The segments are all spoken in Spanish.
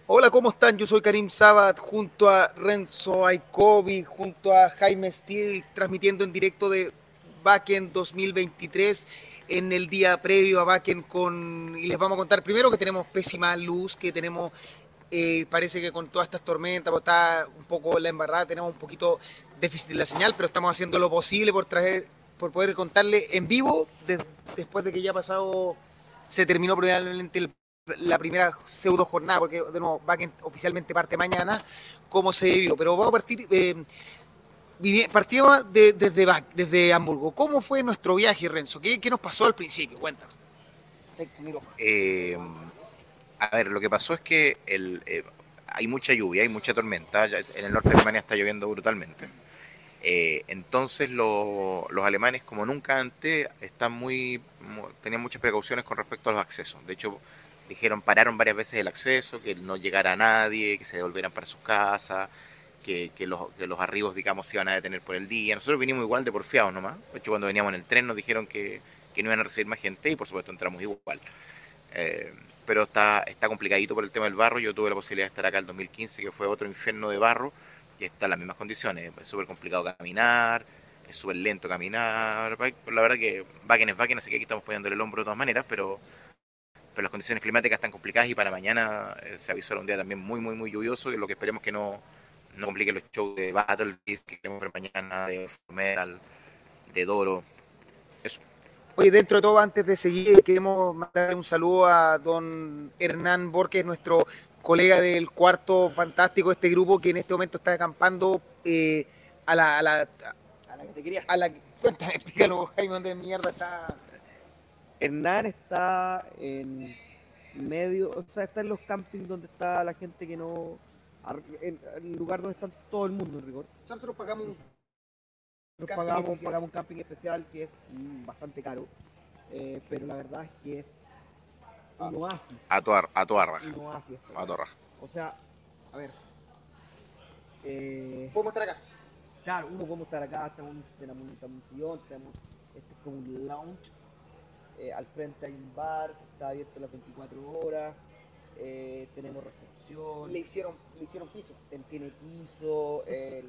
Hola, ¿cómo están? Yo soy Karim Sabat, junto a Renzo Aikobi, junto a Jaime Steele, transmitiendo en directo de Backend 2023 en el día previo a Backend y les vamos a contar primero que tenemos pésima luz, que tenemos, parece que con todas estas tormentas, pues está un poco la embarrada, tenemos un poquito déficit de la señal, pero estamos haciendo lo posible por poder contarle en vivo, después de que ya ha pasado, se terminó probablemente la primera pseudo jornada, porque de nuevo Backend oficialmente parte mañana, cómo se vivió. Pero vamos a partir, partimos desde Hamburgo. ¿Cómo fue nuestro viaje, Renzo? ¿Qué nos pasó al principio? Cuéntanos. Eh, a ver, lo que pasó es que hay mucha lluvia, hay mucha tormenta. En el norte de Alemania está lloviendo brutalmente. Entonces los alemanes, como nunca antes, tenían muchas precauciones con respecto a los accesos. De hecho, pararon varias veces el acceso, que no llegara nadie, que se devolvieran para sus casas, que los arribos, digamos, se iban a detener por el día. Nosotros vinimos igual de porfiados nomás. De hecho, cuando veníamos en el tren nos dijeron que no iban a recibir más gente y por supuesto entramos igual. Eh, pero está complicadito por el tema del barro. Yo tuve la posibilidad de estar acá el 2015, que fue otro infierno de barro, y está en las mismas condiciones. Es súper complicado caminar, es súper lento caminar. La verdad que Wacken es Wacken, así que aquí estamos poniéndole el hombro de todas maneras, pero las condiciones climáticas están complicadas y para mañana se avisó un día también muy, muy, muy lluvioso, que lo que esperemos que no complique los shows de Battle Beast que queremos ver mañana, de Metal, de Doro. Eso. Oye, dentro de todo, antes de seguir, queremos mandar un saludo a don Hernán Borges, nuestro colega del cuarto fantástico de este grupo, que en este momento está acampando a la que te quería. Cuéntame, explícalo, Jaime, ¿dónde mierda está? Hernán está en medio, o sea, está en los campings donde está la gente que no. En el lugar donde está todo el mundo, en rigor. Nosotros pagamos un Nos camping especial. pagamos un camping especial que es bastante caro, pero la verdad es que es un A oasis. toda, a toda Es raja. un oasis esta A weá. toda raja. O sea, a ver, eh, Podemos estar acá. claro, uno podemos estar acá, tenemos un sillón, este es como un lounge. Al frente hay un bar que está abierto las 24 horas. Tenemos recepción, Le hicieron piso. tiene piso,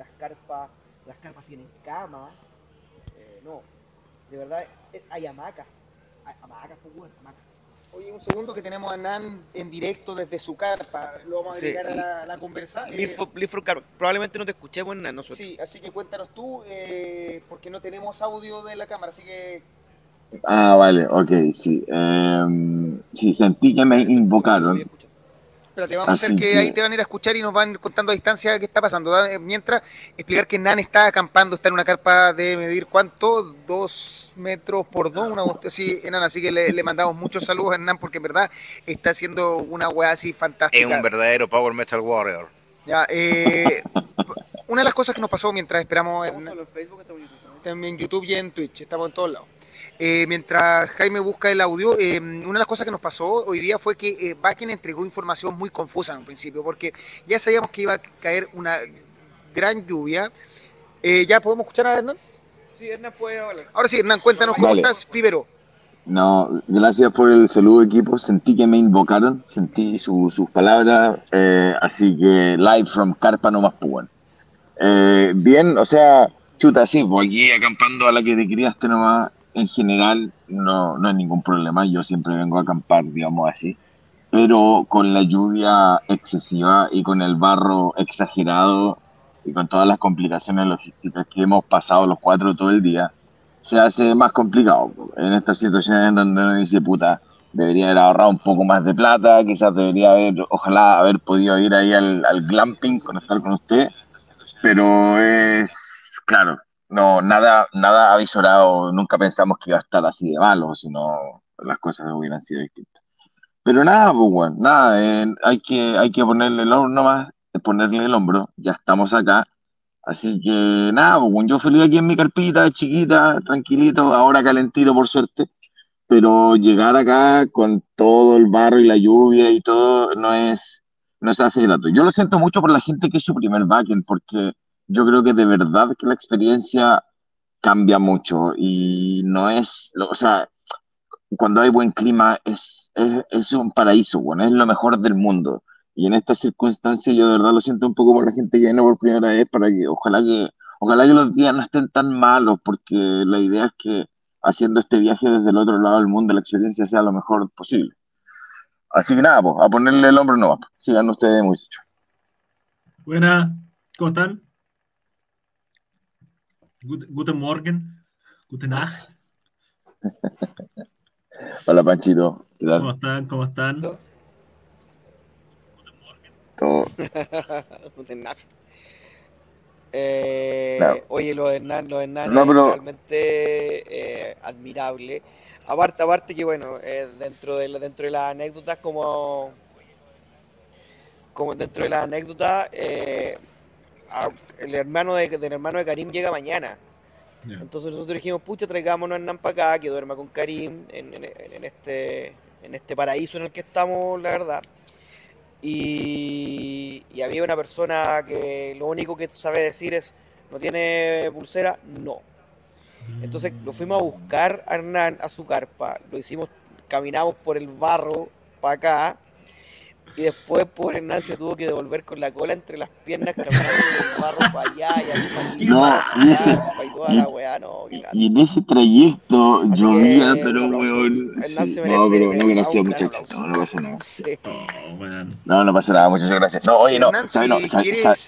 las carpas tienen cama. No, de verdad, hay hamacas. Hay hamacas, pues bueno, hamacas. Oye, un segundo que tenemos a Nan en directo desde su carpa. Lo vamos a Sí, agregar a la conversa. probablemente no te escuchemos nada nosotros. Sí, así que cuéntanos tú, porque no tenemos audio de la cámara, así que Ah, vale, ok, sí. Sí, sentí que me Espérate, espérate, que no voy a invocaron, escuchar. espérate, vamos a hacer así que ahí que, te van a ir a escuchar y nos van contando a distancia qué está pasando. Mientras, explicar que Nan está acampando, está en una carpa de medir cuánto, 2 metros por dos, una cuestión así, enana. Así que le mandamos muchos saludos a Nan porque en verdad está haciendo una weá así Es un fantástica. verdadero Power Metal Warrior. Ya, una de las cosas que nos pasó mientras esperamos Estamos solo en Facebook, estamos en YouTube también. también en YouTube y en Twitch, estamos en todos lados. Mientras Jaime busca el audio, una de las cosas que nos pasó hoy día fue que Bakken entregó información muy confusa en un principio, porque ya sabíamos que iba a caer una gran lluvia. ¿Ya podemos escuchar a Hernán? Sí, Hernán puede hablar. Ahora sí, Hernán, cuéntanos cómo dale. estás primero. No, gracias por el saludo, equipo. Sentí que me invocaron, sentí sus palabras, así que live from Carpa nomás, pues bueno. Bien, o sea, chuta, sí, pues aquí acampando a la que te criaste nomás, en general no hay ningún problema. Yo siempre vengo a acampar, digamos así. Pero con la lluvia excesiva y con el barro exagerado y con todas las complicaciones logísticas que hemos pasado los cuatro todo el día, se hace más complicado en estas situaciones en donde uno dice, puta, debería haber ahorrado un poco más de plata, quizás debería haber, ojalá haber podido ir ahí al glamping, conectar con usted, pero es, claro, no, nada avisorado, nunca pensamos que iba a estar así de malo, sino las cosas hubieran sido distintas. Pero nada, pues bueno, nada, hay que ponerle el hombro nomás, ponerle el hombro, ya estamos acá. Así que nada, pues bueno, yo feliz aquí en mi carpita, chiquita, tranquilito, ahora calentito por suerte, pero llegar acá con todo el barro y la lluvia y todo no se hace grato. Yo lo siento mucho por la gente que es su primer backend, porque yo creo que de verdad que la experiencia cambia mucho y no es, o sea, cuando hay buen clima es un paraíso, bueno, es lo mejor del mundo. Y en estas circunstancias yo de verdad lo siento un poco por la gente que viene por primera vez, para que ojalá que los días no estén tan malos, porque la idea es que haciendo este viaje desde el otro lado del mundo la experiencia sea lo mejor posible. Así que nada, pues, a ponerle el hombro nomás. Sigan ustedes, muchachos. Buenas, ¿cómo están? Guten Morgen, Guten Nacht, Hola Panchito, ¿qué tal? ¿cómo están? ¿Cómo están? Todo. Nada. Oye, lo de Hernán No, es pero realmente admirable. Aparte que bueno, dentro de las anécdotas como dentro de las anécdotas, del hermano de Karim llega mañana. Ya. Entonces nosotros dijimos, pucha, traigámonos a Hernán para acá, que duerma con Karim en este paraíso en el que estamos, la verdad. Y había una persona que lo único que sabe decir es, ¿no tiene pulsera? No. Entonces lo fuimos a buscar a Hernán a su carpa, caminamos por el barro para acá, y después por Hernán se tuvo que devolver con la cola entre las piernas caminando por el barro para allá y al no, para su carpa y toda y, la weá, no, qué y grande. en ese trayecto Así llovía, que un pero aplauso. weón, Hernán sí, se no, merece pero no, gracias un gran muchachos, aplauso. no, no pasa nada. Sí. Oh, bueno. No, no pasa nada, muchas gracias. No, oye, no, Hernán, ¿sabes? No, si quieres,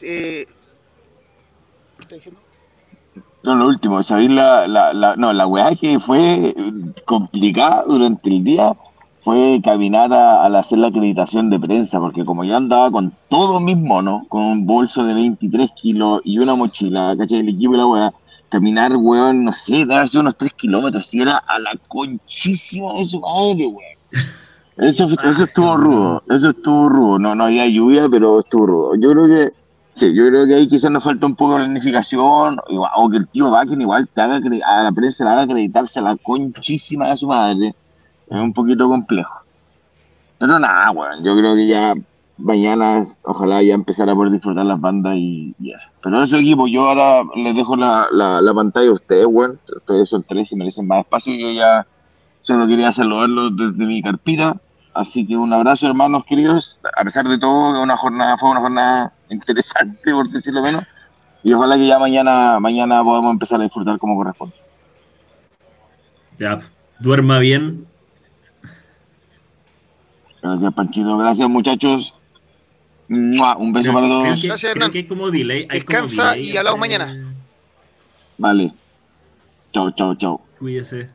no, lo último, ¿sabéis no, la weá que fue complicada durante el día fue caminar a hacer la acreditación de prensa, porque como yo andaba con todos mis monos, con un bolso de 23 kilos y una mochila, ¿cachai? El equipo y la weá, caminar, weón, no sé, debe haber sido unos 3 kilómetros, si era a la conchísima de su madre, weón. Eso Baja, estuvo weón. rudo, eso estuvo rudo. No, no había lluvia, pero estuvo rudo. Sí, yo creo que ahí quizás nos falta un poco de planificación, o que el tío Bakken igual a la prensa le haga acreditarse a la conchísima de su madre. Es un poquito complejo. Pero nada, weón, yo creo que ya mañana, ojalá ya empezar a poder disfrutar las bandas y eso. Pero eso, equipo, yo ahora les dejo la pantalla a ustedes, weón. Ustedes son tres y merecen más espacio. Yo ya solo quería saludarlos desde mi carpita. Así que un abrazo, hermanos queridos. A pesar de todo, fue una jornada interesante, por decirlo menos. Y ojalá que ya mañana podamos empezar a disfrutar como corresponde. Ya, duerma bien. Gracias, Panchito. Gracias, muchachos. ¡Mua! Un beso Creo, para creo todos. que, gracias creo Hernán. que hay como delay. Hay como Descansa delay y hablamos mañana. entre. Vale. Chao, chao, chao. Cuídese.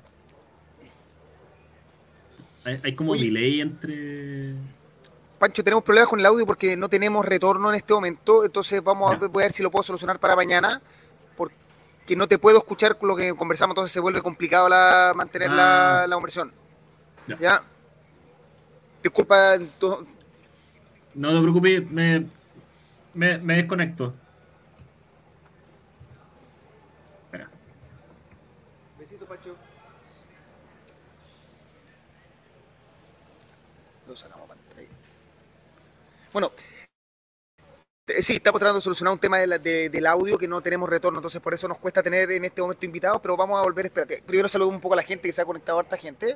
Hay como Oye, delay entre. Pancho, tenemos problemas con el audio porque no tenemos retorno en este momento, entonces Ya, voy a ver si lo puedo solucionar para mañana, porque no te puedo escuchar con lo que conversamos, entonces se vuelve complicado mantener ah, la conversión. ya. ¿Ya? Disculpa, No te preocupes, me desconecto. Espera. besito, Pancho. Lo sacamos pantalla. Bueno, sí, estamos tratando de solucionar un tema del audio que no tenemos retorno, entonces por eso nos cuesta tener en este momento invitados, pero vamos a volver, espérate. Primero saludo un poco a la gente que se ha conectado, harta gente.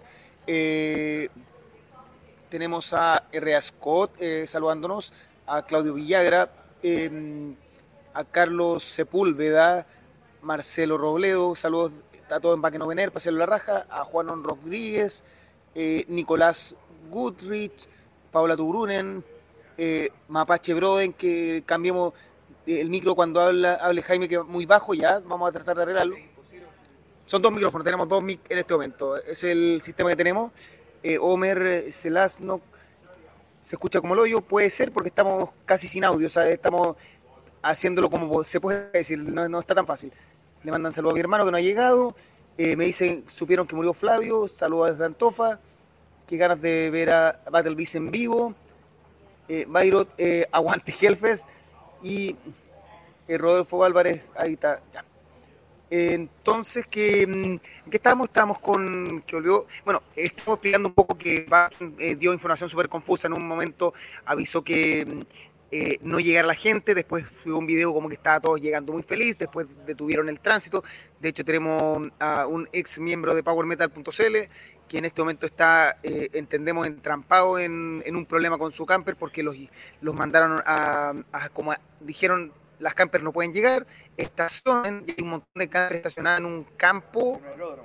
Tenemos a R.A. Scott saludándonos, a Claudio Villagra, a Carlos Sepúlveda, Marcelo Robledo, saludos, está todo en Baqueno Vener, Paseo La Raja, a Juan Rodríguez, Nicolás Goodrich, Paula Turunen, Mapache Broden, que cambiemos el micro cuando hable Jaime, que es muy bajo, ya, vamos a tratar de arreglarlo. Son dos micrófonos, tenemos dos mic en este momento, es el sistema que tenemos. Homer Celasno se escucha como el hoyo, puede ser porque estamos casi sin audio, ¿sabes? Estamos haciéndolo como se puede decir, no está tan fácil. Le mandan saludos a mi hermano que no ha llegado, me dicen, supieron que murió Flavio, saludos desde Antofa, qué ganas de ver a Battle Beast en vivo, Bayrot, aguante Hellfest, y Rodolfo Álvarez, ahí está, ya. Entonces, ¿en qué estábamos? Estábamos con que volvió. Bueno, estamos explicando un poco que dio información súper confusa. En un momento avisó que no llegar la gente. Después subió un video como que estaba todos llegando muy feliz, después detuvieron el tránsito. De hecho tenemos a un ex miembro de PowerMetal.cl que en este momento está, entendemos, entrampado en un problema con su camper porque los mandaron como dijeron, las campers no pueden llegar, estacionen, y hay un montón de campers estacionadas en un campo.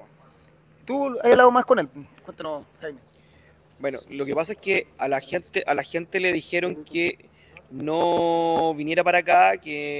Tú has hablado más con él, cuéntanos, Jaime. Bueno, lo que pasa es que a la gente le dijeron que no viniera para acá,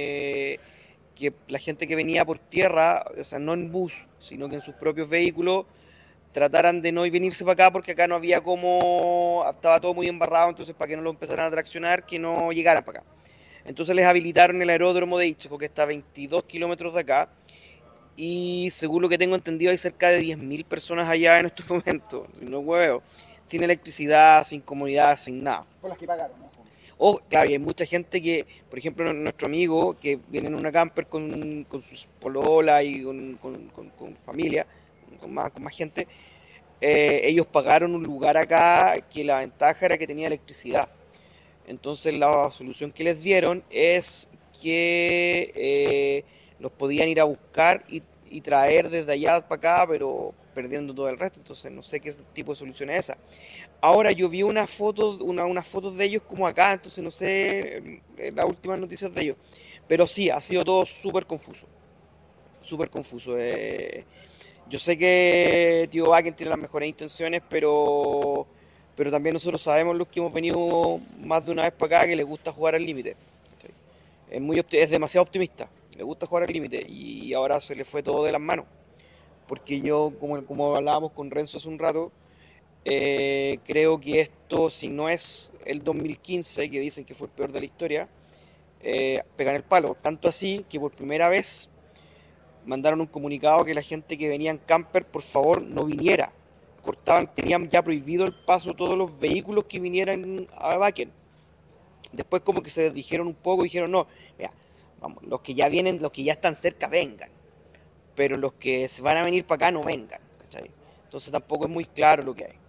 que la gente que venía por tierra, o sea, no en bus, sino que en sus propios vehículos, trataran de no venirse para acá porque acá no había como, estaba todo muy embarrado, entonces para que no lo empezaran a traccionar, que no llegaran para acá. Entonces les habilitaron el aeródromo de Ichico, que está a 22 kilómetros de acá, y según lo que tengo entendido hay cerca de 10.000 personas allá en estos momentos, no huevo, sin electricidad, sin comodidad, sin nada. Por las que pagaron, ¿no? O, claro, y hay mucha gente que, por ejemplo, nuestro amigo que viene en una camper con sus polola y con familia, con más gente, ellos pagaron un lugar acá que la ventaja era que tenía electricidad. Entonces la solución que les dieron es que los podían ir a buscar y traer desde allá para acá, pero perdiendo todo el resto. Entonces no sé qué tipo de solución es esa. Ahora yo vi unas fotos de ellos como acá, entonces no sé las últimas noticias de ellos. Pero sí, ha sido todo súper confuso. Súper confuso. Yo sé que Tío Bakken tiene las mejores intenciones, pero también nosotros sabemos los que hemos venido más de una vez para acá que les gusta jugar al límite. ¿Sí? Es demasiado optimista, le gusta jugar al límite y ahora se le fue todo de las manos. Porque yo, como hablábamos con Renzo hace un rato, creo que esto, si no es el 2015, que dicen que fue el peor de la historia, pegan el palo. Tanto así que por primera vez mandaron un comunicado que la gente que venía en camper, por favor, no viniera. Tenían ya prohibido el paso todos los vehículos que vinieran a Bakken. Después como que se dijeron un poco, dijeron no, mira, vamos, los que ya vienen, los que ya están cerca, vengan. Pero los que se van a venir para acá no vengan, ¿cachai? Entonces tampoco es muy claro lo que hay.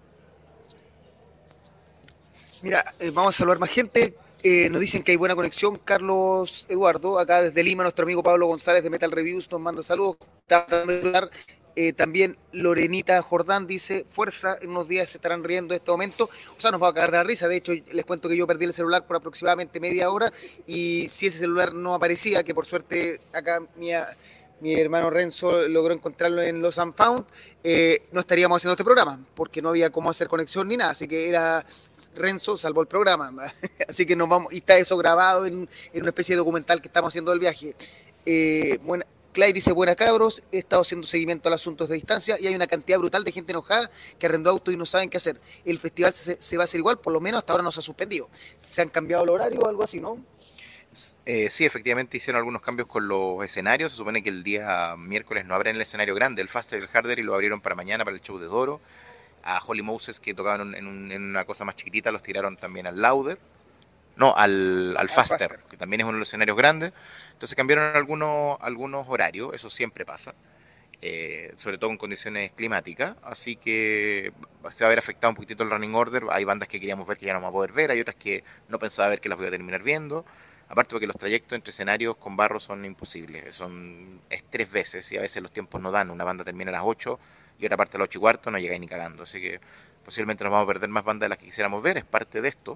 Mira, vamos a saludar más gente. Nos dicen que hay buena conexión. Carlos Eduardo, acá desde Lima, nuestro amigo Pablo González de Metal Reviews nos manda saludos. Está tratando de hablar. También Lorenita Jordán dice, fuerza, en unos días se estarán riendo en este momento. O sea, nos va a cagar de la risa. De hecho, les cuento que yo perdí el celular por aproximadamente media hora y si ese celular no aparecía, que por suerte acá mi hermano Renzo logró encontrarlo en Los Unfound, no estaríamos haciendo este programa, porque no había cómo hacer conexión ni nada, así que era Renzo salvó el programa, así que nos vamos, y está eso grabado en una especie de documental que estamos haciendo del viaje. Bueno, Clay dice, buena cabros, he estado haciendo seguimiento a los asuntos de distancia y hay una cantidad brutal de gente enojada que arrendó autos y no saben qué hacer. El festival se va a hacer igual, por lo menos hasta ahora no se ha suspendido. ¿Se han cambiado el horario o algo así, no? Sí, efectivamente hicieron algunos cambios con los escenarios. Se supone que el día miércoles no abren el escenario grande, el Faster y el Harder, y lo abrieron para mañana para el show de Doro. A Holy Moses, que tocaban en una cosa más chiquitita, los tiraron también al Louder. No, al Faster, que también es uno de los escenarios grandes. Entonces cambiaron algunos horarios, eso siempre pasa. Sobre todo en condiciones climáticas, así que se va a ver afectado un poquitito el running order. Hay bandas que queríamos ver que ya no vamos a poder ver, hay otras que no pensaba ver que las voy a terminar viendo. Aparte porque los trayectos entre escenarios con barro son imposibles, es 3 veces y a veces los tiempos no dan. Una banda termina a las 8 y otra parte a las 8:15, no llegáis ni cagando. Así que posiblemente nos vamos a perder más bandas de las que quisiéramos ver, es parte de esto.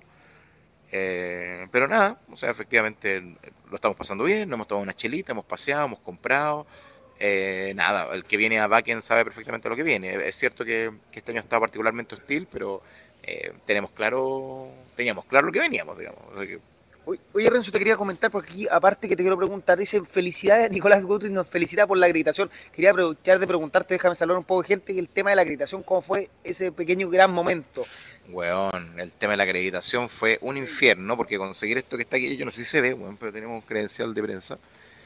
Pero nada, o sea, efectivamente lo estamos pasando bien, nos hemos tomado una chelita, hemos paseado, hemos comprado. Nada, el que viene a Bakken sabe perfectamente lo que viene. Es cierto que este año ha estado particularmente hostil, pero teníamos claro lo que veníamos, digamos. O sea que, oye, Renzo, te quería comentar, porque aquí, aparte que te quiero preguntar, dicen felicidades, Nicolás Guthrie nos felicita por la acreditación. Quería aprovechar de preguntarte, déjame saludar un poco de gente, el tema de la acreditación, ¿cómo fue ese pequeño gran momento? weón, el tema de la acreditación fue un infierno, porque conseguir esto que está aquí, yo no sé si se ve, weón, pero tenemos un credencial de prensa.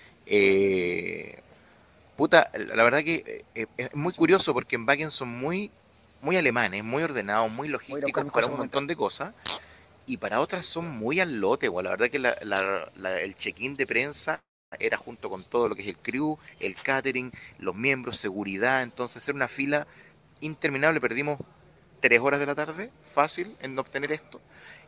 Puta, la verdad que es muy curioso, porque en Bakken son muy alemanes, muy ordenados, muy logísticos para un montón de cosas. Y para otras son muy al lote, güey. La verdad que el check-in de prensa era junto con todo lo que es el crew, el catering, los miembros, seguridad. Entonces era una fila interminable. Perdimos 3 horas de la tarde, fácil, en obtener esto.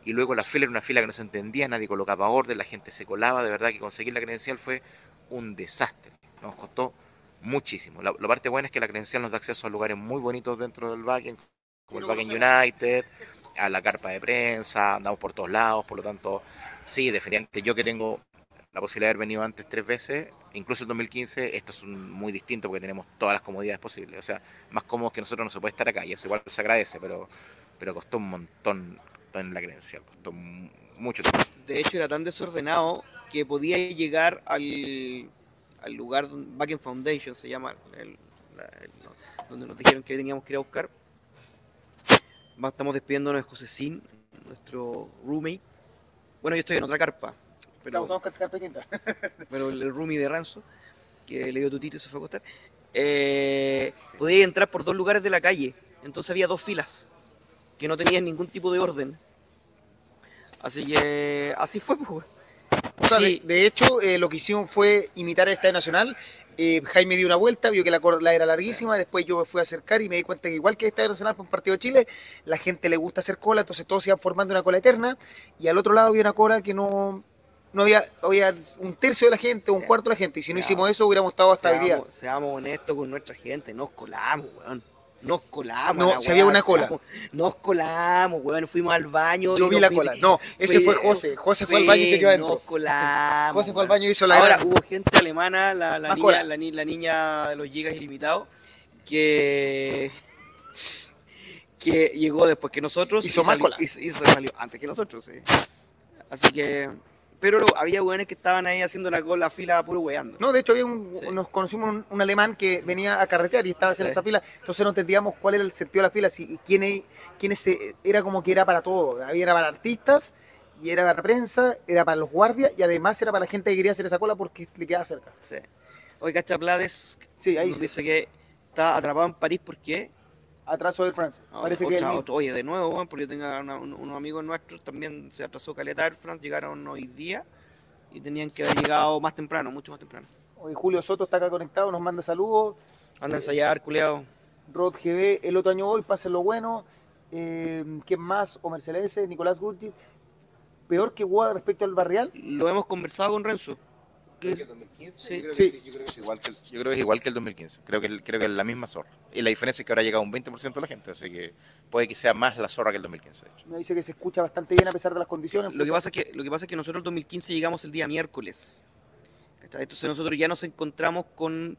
y luego la fila era una fila que no se entendía, nadie colocaba orden, la gente se colaba, de verdad que conseguir la credencial fue un desastre, nos costó muchísimo. La parte buena es que la credencial nos da acceso a lugares muy bonitos dentro del Wacken, como el Wacken United, a la carpa de prensa, andamos por todos lados, por lo tanto, sí, definitivamente yo que tengo la posibilidad de haber venido antes 3 veces, incluso el 2015, esto es muy distinto porque tenemos todas las comodidades posibles, o sea, más cómodos que nosotros no se puede estar acá, y eso igual se agradece, pero costó un montón en la credencial, costó mucho tiempo. De hecho, era tan desordenado que podía llegar al lugar, Wacken Foundation se llama, donde nos dijeron que teníamos que ir a buscar. Estamos despidiéndonos de José Sin, nuestro roommate. Bueno, yo estoy en otra carpa, pero, Estamos con carpa distinta. pero el roomie de Ranzo, que le dio tutito y se fue a acostar, podía entrar por 2 lugares de la calle. Entonces había 2 filas que no tenían ningún tipo de orden. Así que así fue, pues. O sea, Sí, de hecho, lo que hicimos fue imitar el Estadio Nacional. Jaime dio una vuelta, vio que la cola era larguísima, después yo me fui a acercar y me di cuenta que igual que el Estadio Nacional para un partido de Chile, la gente le gusta hacer cola, entonces todos iban formando una cola eterna, y al otro lado había una cola que no había un tercio de la gente, un cuarto de la gente, y si no hicimos eso hubiéramos estado hasta hoy día. seamos honestos con nuestra gente, nos colamos, weón. Nos colamos. No, a la si había weá, una cola. Nos colamos, weón. Fuimos al baño. Yo y vi nos la cola. No, ese fue José. José fue al baño y se quedó adentro. Nos colamos. José fue al baño y hizo la Ahora gran- hubo gente alemana, la Más niña, cola. la niña de los gigas ilimitados, que llegó después que nosotros Hizo y más salió, cola. salió antes que nosotros, sí. Así que, pero había weones que estaban ahí haciendo la cola fila puro weando. No, de hecho había Sí. nos conocimos un alemán que venía a carretear y estaba haciendo Sí. esa fila, entonces no entendíamos cuál era el sentido de la fila, si era como que era para todo, era para artistas, y era para la prensa, era para los guardias, y además era para la gente que quería hacer esa cola porque le quedaba cerca. Sí. Hoy Cacha Blades Sí, ahí nos sí. dice que está atrapado en París porque Atraso del France. Parece que oye, de nuevo, weón, porque yo tengo unos amigos nuestros, también se atrasó caleta Air France, llegaron hoy día y tenían que haber llegado más temprano, mucho más temprano. hoy Julio Soto está acá conectado, nos manda saludos. Anda a ensayar, culeado. Rod GB, el otro año hoy, pase lo bueno. ¿Quién más? Omer Celeste, Nicolás Gurti. Peor que Guada respecto al Barrial. Lo hemos conversado con Renzo. ¿Creo que el 2015? Sí. Yo creo Sí. que sí, yo creo que es igual que yo creo que es igual que el 2015. Creo que es la misma zorra. Y la diferencia es que ahora ha llegado un 20% de la gente, así que puede que sea más la zorra que el 2015. De hecho. Me dice que se escucha bastante bien a pesar de las condiciones. Lo que pasa es que nosotros el 2015 llegamos el día miércoles. ¿Cachai? Entonces nosotros ya nos encontramos con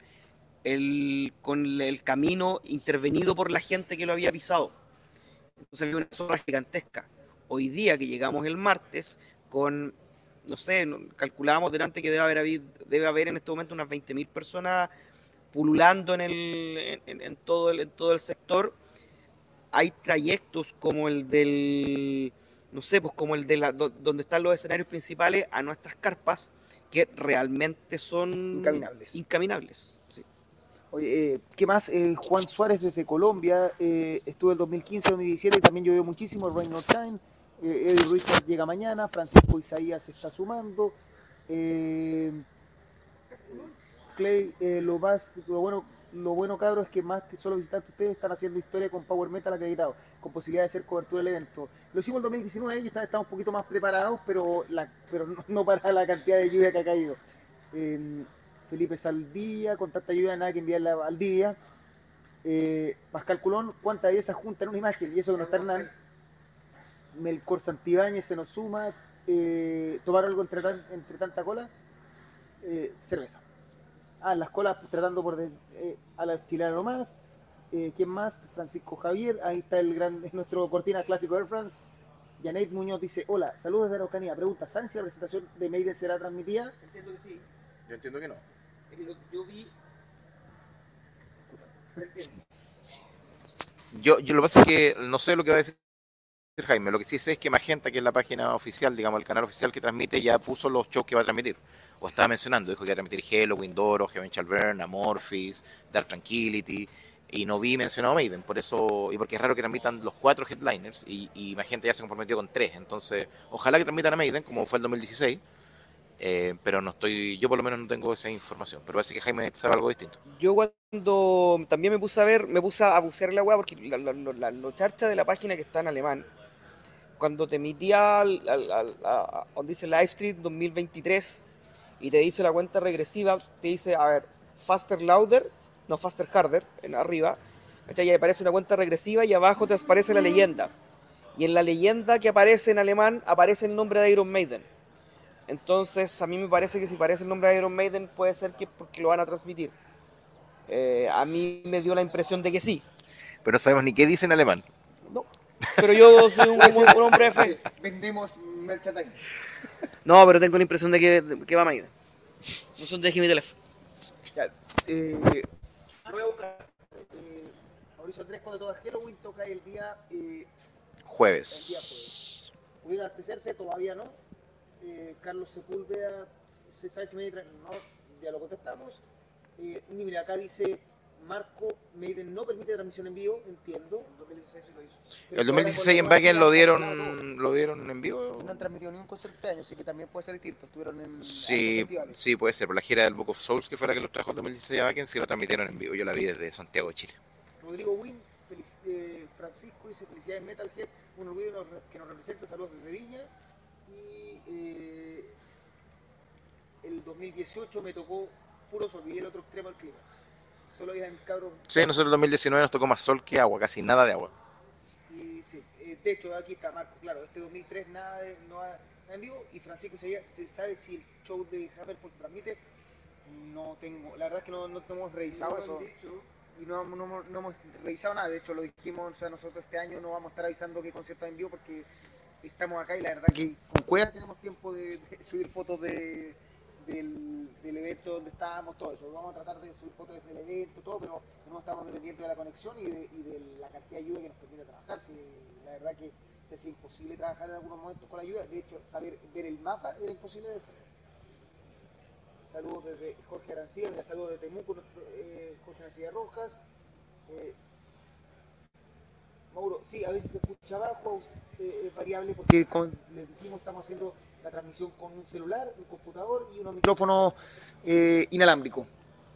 el camino intervenido por la gente que lo había pisado. Entonces había una zorra gigantesca. Hoy día que llegamos el martes con, no sé, calculábamos delante que debe haber en este momento unas 20.000 personas pululando en todo el sector. Hay trayectos como el del, no sé, pues como el de donde están los escenarios principales a nuestras carpas que realmente son incaminables. Sí. Oye, ¿qué más? Juan Suárez desde Colombia, estuve el 2015-2017 y también llovió muchísimo, Rain No Time. Eddie Richard llega mañana, Francisco Isaías se está sumando. Clay, lo bueno cabros es que más que solo visitantes ustedes están haciendo historia con Power Metal acreditado, con posibilidad de hacer cobertura del evento. Lo hicimos el 2019 y estamos un poquito más preparados, pero no para la cantidad de lluvia que ha caído. Felipe Saldivia, con tanta lluvia nada que enviarla al día. Pascal Culón, ¿cuántas de esas juntan en una imagen? Y eso que no está Hernán. Melcor Santibáñez se nos suma. ¿Tomar algo entre tanta cola? Cerveza. Las colas tratando a la chilena nomás. ¿Quién más? Francisco Javier. Ahí está nuestro cortina clásico Air France. Janet Muñoz dice: hola, saludos de Araucanía. Pregunta: ¿saben si la presentación de Maiden será transmitida? Entiendo que sí. Yo entiendo que no. Yo vi. Yo lo que pasa es que no sé lo que va a decir Jaime. Lo que sí sé es que Magenta, que es la página oficial, digamos, el canal oficial que transmite, ya puso los shows que va a transmitir. O estaba mencionando, dijo que iba a transmitir Halloween, Doro, Heaven Shall Burn, Amorphis, Dark Tranquility. Y no vi mencionado Maiden, por eso, y porque es raro que transmitan los 4 headliners, y Magenta ya se comprometió con 3. Entonces, ojalá que transmitan a Maiden, como fue el 2016. Pero yo por lo menos no tengo esa información, pero parece que Jaime sabe algo distinto. Yo cuando también me puse a bucear la weá porque lo charcha de la página que está en alemán, cuando te emitía donde dice Livestream 2023 y te dice la cuenta regresiva, te dice, a ver, faster louder, no faster harder, en arriba, ¿cachai? Y ahí aparece una cuenta regresiva y abajo te aparece la leyenda. Y en la leyenda que aparece en alemán aparece el nombre de Iron Maiden. Entonces a mí me parece que si aparece el nombre de Iron Maiden puede ser que porque lo van a transmitir. A mí me dio la impresión de que sí. Pero no sabemos ni qué dice en alemán. No. Pero yo soy un hombre de fe. Vendemos merchandising. No, pero tengo la impresión de que va Maiden. No son de mi teléfono. Ya, voy a buscar. Mauricio Andrés, cuando toca Halloween, toca el día Jueves. ¿Pudieron especiarse? Todavía no. Carlos Sepúlveda, ¿se sabe si Maiden? No, ya lo contestamos. Mira, acá dice Marco, Maiden no permite transmisión en vivo, entiendo. El 2016 sí lo hizo. El 2016 en Backend lo dieron en vivo. No han transmitido ningún concierto este año, así que también puede ser distinto. Estuvieron en Sí, sí, puede ser. Por la gira del Book of Souls, que fue la que los trajo en 2016 a Backend, sí lo transmitieron en vivo. Yo la vi desde Santiago de Chile. Rodrigo Win, Francisco dice felicidades Metalhead, un orgullo que nos representa, saludos desde Viña. Y el 2018 me tocó puro sol, y el otro extremo del clima. Solo había en cabros. Sí, nosotros en 2019 nos tocó más sol que agua, casi nada de agua. Y sí, de hecho, aquí está Marco, claro, este 2003 nada en vivo. Y Francisco ¿se sabe si el show de Hammerfall se transmite? No tengo, la verdad es que no hemos revisado eso. Y no hemos revisado nada, de hecho lo dijimos, o sea, nosotros este año no vamos a estar avisando qué concierto en vivo porque estamos acá y la verdad que con Cueva tenemos tiempo de subir fotos del evento donde estábamos, todo eso. Vamos a tratar de subir fotos del evento, todo, pero no estamos dependiendo de la conexión y de la cantidad de ayuda que nos permite trabajar. Si, la verdad que se hace imposible trabajar en algunos momentos con la ayuda, de hecho, ver el mapa era imposible de hacer. Saludos desde Jorge Arancía, saludos de Temuco, Jorge Arancía Rojas. Mauro, sí, a veces se escucha abajo, es variable porque, como les dijimos, estamos haciendo la transmisión con un celular, un computador y unos micrófonos inalámbricos.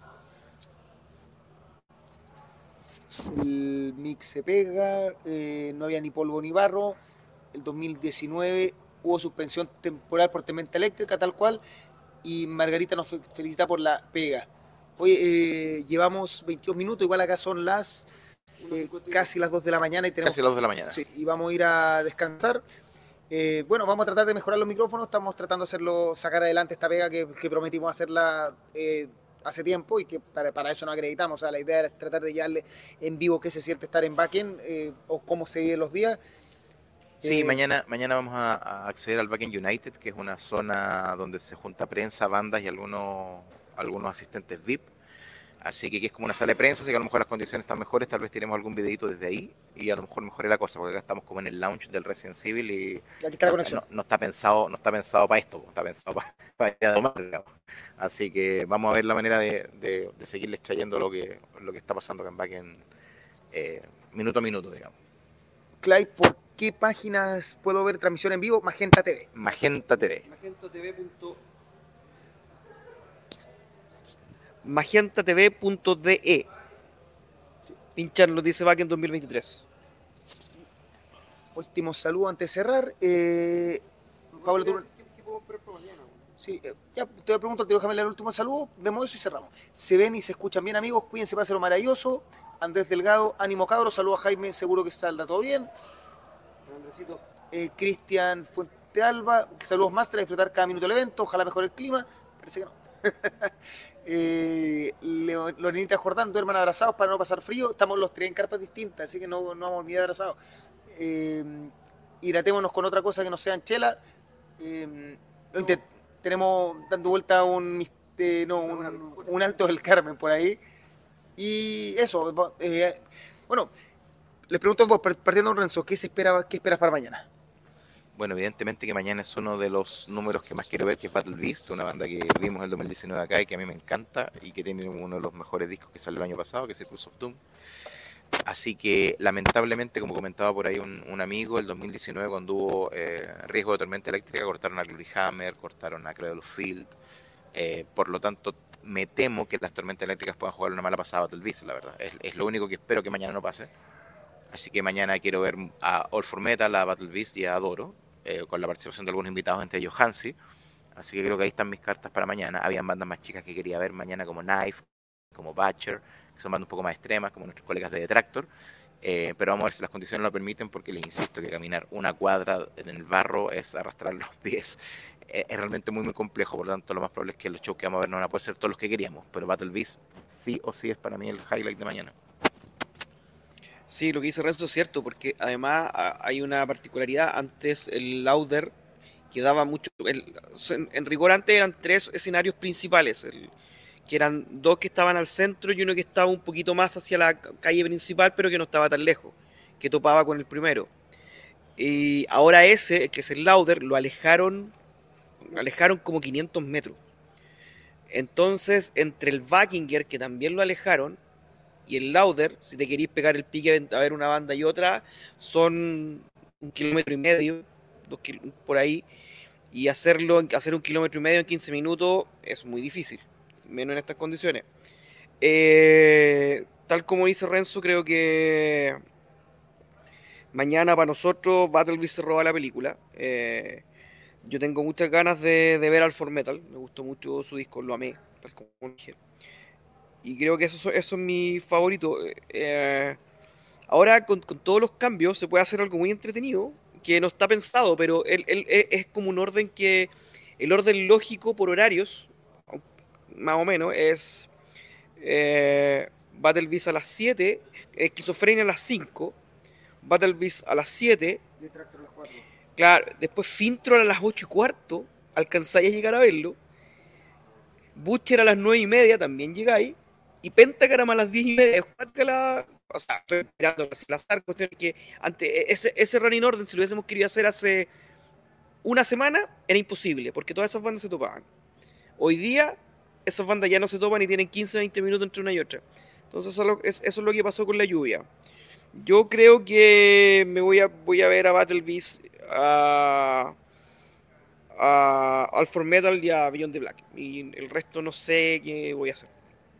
El mix se pega, no había ni polvo ni barro. El 2019 hubo suspensión temporal por tormenta eléctrica, tal cual. Y Margarita nos felicita por la pega. Oye, llevamos 22 minutos, igual acá son casi las 2 de la mañana. Y tenemos, casi las 2 de la mañana. Sí, y vamos a ir a descansar. Bueno, vamos a tratar de mejorar los micrófonos, estamos tratando de sacar adelante esta pega que prometimos hacerla hace tiempo y que para eso nos acreditamos. O sea, la idea era tratar de llevarle en vivo qué se siente estar en Backend o cómo se viven los días. Sí, mañana vamos a acceder al Backend United, que es una zona donde se junta prensa, bandas y algunos asistentes VIP. Así que es como una sala de prensa, así que a lo mejor las condiciones están mejores, tal vez tiremos algún videito desde ahí y a lo mejor mejore la cosa, porque acá estamos como en el lounge del Resident Evil y aquí está la conexión. No está pensado para esto, está pensado para ir a tomar, digamos. Así que vamos a ver la manera de seguirles trayendo lo que está pasando acá en Backend minuto a minuto, digamos. Clay, ¿por qué páginas puedo ver transmisión en vivo? Magenta TV. Magenta TV. magentatv.de. Pinchan lo dice Backend 2023. Último saludo antes de cerrar. Paula, tú... Sí, ya te pregunto, déjame leer el último saludo, vemos eso y cerramos. Se ven y se escuchan bien, amigos, cuídense, para lo maravilloso. Andrés Delgado, ánimo cabros, saludos a Jaime, seguro que saldrá todo bien. Andresito. Cristian Fuentealba, saludos Master, a disfrutar cada minuto del evento, ojalá mejore el clima, parece que no. Lorenita Jordán, duerman abrazados para no pasar frío, estamos los tres en carpas distintas, así que no vamos a olvidar abrazados. Hidratémonos con otra cosa que no sean chela. Tenemos dando vuelta un Alto del Carmen por ahí. Y eso, bueno, les pregunto a los dos, partiendo de Renzo, ¿qué esperas para mañana? Bueno, evidentemente que mañana es uno de los números que más quiero ver, que es Battle Beast, una banda que vimos en el 2019 acá y que a mí me encanta y que tiene uno de los mejores discos que salió el año pasado, que es Circus of Doom. Así que lamentablemente, como comentaba por ahí un amigo, el 2019 cuando hubo riesgo de tormenta eléctrica cortaron a Glory Hammer, cortaron a Cradle of Field, por lo tanto me temo que las tormentas eléctricas puedan jugar una mala pasada a Battle Beast, la verdad. Es lo único que espero que mañana no pase. Así que mañana quiero ver a All for Metal, a Battle Beast y a Doro, con la participación de algunos invitados, entre ellos Hansi. Así que creo que ahí están mis cartas para mañana. Habían bandas más chicas que quería ver mañana, como Knife, como Butcher, que son bandas un poco más extremas, como nuestros colegas de Detractor. Pero vamos a ver si las condiciones lo permiten, porque les insisto que caminar una cuadra en el barro es arrastrar los pies. Es realmente muy complejo, por lo tanto lo más probable es que los shows que vamos a ver no van a poder ser todos los que queríamos, pero Battle Beast sí o sí es para mí el highlight de mañana. Sí, lo que dice Renzo es cierto, porque además hay una particularidad. Antes el Lauder quedaba mucho. En rigor, antes eran tres escenarios principales: que eran dos que estaban al centro y uno que estaba un poquito más hacia la calle principal, pero que no estaba tan lejos, que topaba con el primero. Y ahora ese, que es el Lauder, lo alejaron como 500 metros. Entonces, entre el Buckinger, que también lo alejaron, y el Lauder, si te queréis pegar el pique a ver una banda y otra, son 1,5 kilómetros, por ahí, y hacer 1,5 kilómetros en 15 minutos es muy difícil, menos en estas condiciones. Tal como dice Renzo, creo que mañana para nosotros Battle Beast se roba la película. Yo tengo muchas ganas de ver al For Metal, me gustó mucho su disco, lo amé, tal como dije. Y creo que eso es mi favorito. Ahora con todos los cambios se puede hacer algo muy entretenido, que no está pensado, pero es como un orden que... El orden lógico por horarios, más o menos, es Battle Beast a las 7, Esquizofrenia a las 5, Battle Beast a las 7, Detractor a las 4. claro, después Fintroll a las 8:15, alcanzáis a llegar a verlo, Butcher a las 9:30 también llegáis, y Pentagram a las 10:30. O sea, estoy esperando las cuestiones que antes, ese running order, si lo hubiésemos querido hacer hace una semana, era imposible, porque todas esas bandas se topaban. Hoy día, esas bandas ya no se topan y tienen 15-20 minutos entre una y otra. Entonces, eso es lo que pasó con la lluvia. Yo creo que voy a ver a Battle Beast, a All for Metal y a Beyond the Black. Y el resto no sé qué voy a hacer.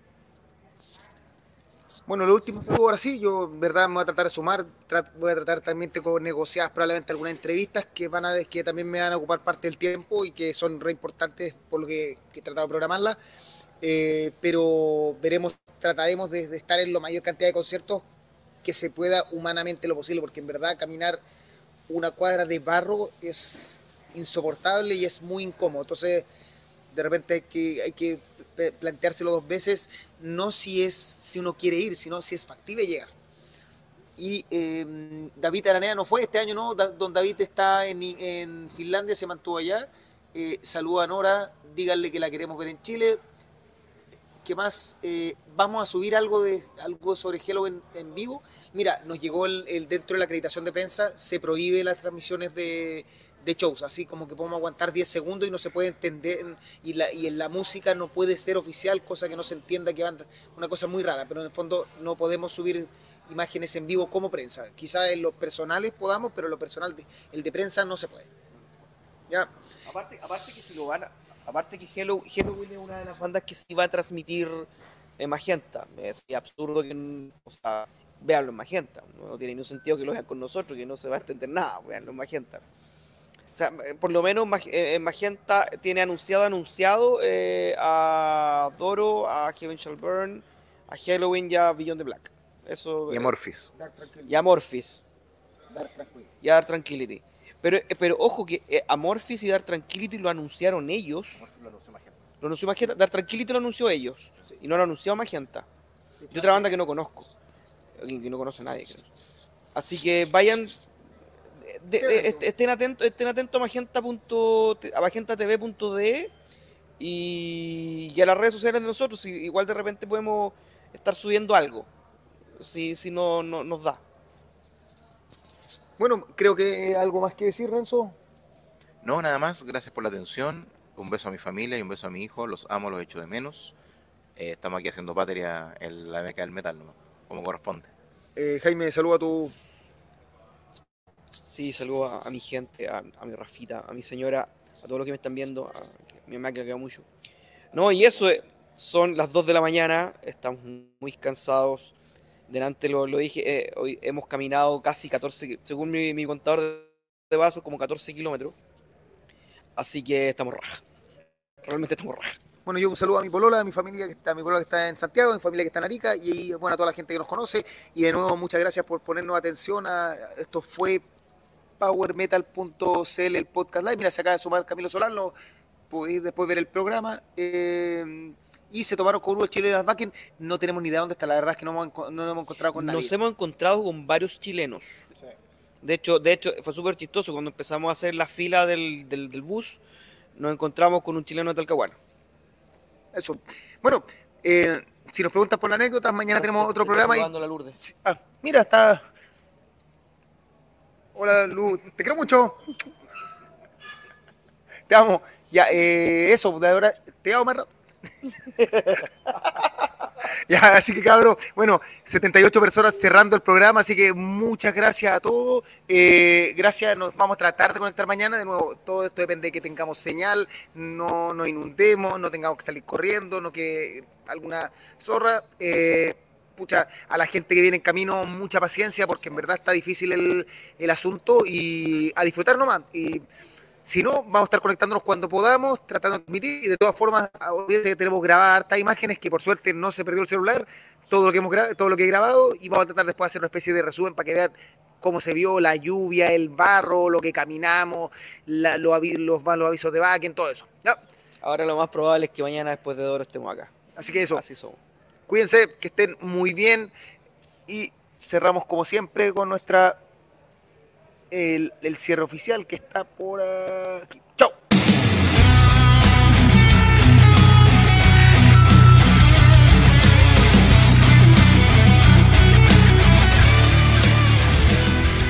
Bueno, lo último, ahora sí, yo en verdad me voy a tratar de sumar, voy a tratar también de negociar probablemente algunas entrevistas que también me van a ocupar parte del tiempo y que son re importantes por lo que he tratado de programarlas. Pero trataremos de estar en la mayor cantidad de conciertos que se pueda humanamente lo posible, porque en verdad caminar una cuadra de barro es insoportable y es muy incómodo. Entonces, de repente hay que planteárselo dos veces, no si uno quiere ir, sino si es factible llegar. Y David Aranea no fue este año, ¿no? Don David está en Finlandia, se mantuvo allá. Saluda a Nora, díganle que la queremos ver en Chile. ¿Qué más? Vamos a subir algo sobre Hello en vivo. Mira, nos llegó dentro de la acreditación de prensa, se prohíbe las transmisiones de shows, así como que podemos aguantar 10 segundos y no se puede entender, y en la música no puede ser oficial, cosa que no se entienda, que banda, una cosa muy rara, pero en el fondo no podemos subir imágenes en vivo como prensa. Quizás en los personales podamos, pero en lo personal, el de prensa no se puede. ¿Ya? Aparte que si lo van a, aparte que Halloween es una de las bandas que sí va a transmitir Magenta. Es absurdo que, o sea, veanlo en Magenta. No tiene ningún sentido que lo vean con nosotros, que no se va a entender nada, veanlo en Magenta. O sea, por lo menos Magenta tiene anunciado a Doro, a Heaven Shall Burn, a Halloween y a Beyond the Black. Eso, Y Amorphis. y a Morphis. Y a Dark Tranquility. Pero ojo que Amorphis y Dark Tranquility lo anunciaron ellos. Lo anunció Magenta. Dark Tranquility lo anunció ellos. Y no lo anunció Magenta. Y otra banda que no conozco. Que no conoce a nadie, creo. Así que vayan. Estén atentos a magentatv.de y a las redes sociales de nosotros. Igual de repente podemos estar subiendo algo. Si no nos da. Bueno, creo que algo más que decir, Renzo. No, nada más, gracias por la atención. Un beso a mi familia y un beso a mi hijo. Los amo, los echo de menos. Estamos aquí haciendo patria en la MK del metal, ¿no? Como corresponde. Jaime, saluda a tu... Sí, saludo a mi gente, a mi Rafita, a mi señora, a todos los que me están viendo, a mi mamá que le queda mucho. No, y eso son las 2 de la mañana, estamos muy cansados. Delante lo dije, hoy hemos caminado casi 14, según mi contador de vasos, como 14 kilómetros. Así que estamos rajas. Realmente estamos rajas. Bueno, yo un saludo a mi polola, a mi familia mi polola que está en Santiago, a mi familia que está en Arica y bueno, a toda la gente que nos conoce. Y de nuevo, muchas gracias por ponernos atención. Esto fue powermetal.cl, el podcast live. Mira, se acaba de sumar Camilo Solano, podéis después ver el programa. Y se tomaron con Uruguay, Chile y las Bakken. No tenemos ni idea dónde está, la verdad es que no nos hemos encontrado con nadie. Nos hemos encontrado con varios chilenos. Sí. De hecho fue súper chistoso. Cuando empezamos a hacer la fila del bus, nos encontramos con un chileno de Talcahuano. Eso. Bueno, si nos preguntas por la anécdota, mañana tenemos otro programa. Saludando a la Lourdes. Sí, mira, está. Hola, Lu, te quiero mucho. Te amo. Ya, eso, de verdad, te amo más rato. Ya, así que cabrón, bueno, 78 personas cerrando el programa, así que muchas gracias a todos. Gracias, nos vamos a tratar de conectar mañana. De nuevo, todo esto depende de que tengamos señal, no nos inundemos, no tengamos que salir corriendo, no que alguna zorra. Pucha, a la gente que viene en camino, mucha paciencia, porque en verdad está difícil el asunto y a disfrutar nomás. Y si no, vamos a estar conectándonos cuando podamos, tratando de transmitir. Y de todas formas, olvídense que tenemos grabadas hartas imágenes, que por suerte no se perdió el celular, todo lo que todo lo que he grabado, y vamos a tratar después de hacer una especie de resumen para que vean cómo se vio la lluvia, el barro, lo que caminamos, los avisos de Bakken, todo eso. ¿Ya? Ahora lo más probable es que mañana después de Doro estemos acá. Así que eso. Así somos. Cuídense, que estén muy bien y cerramos como siempre con el cierre oficial que está por aquí.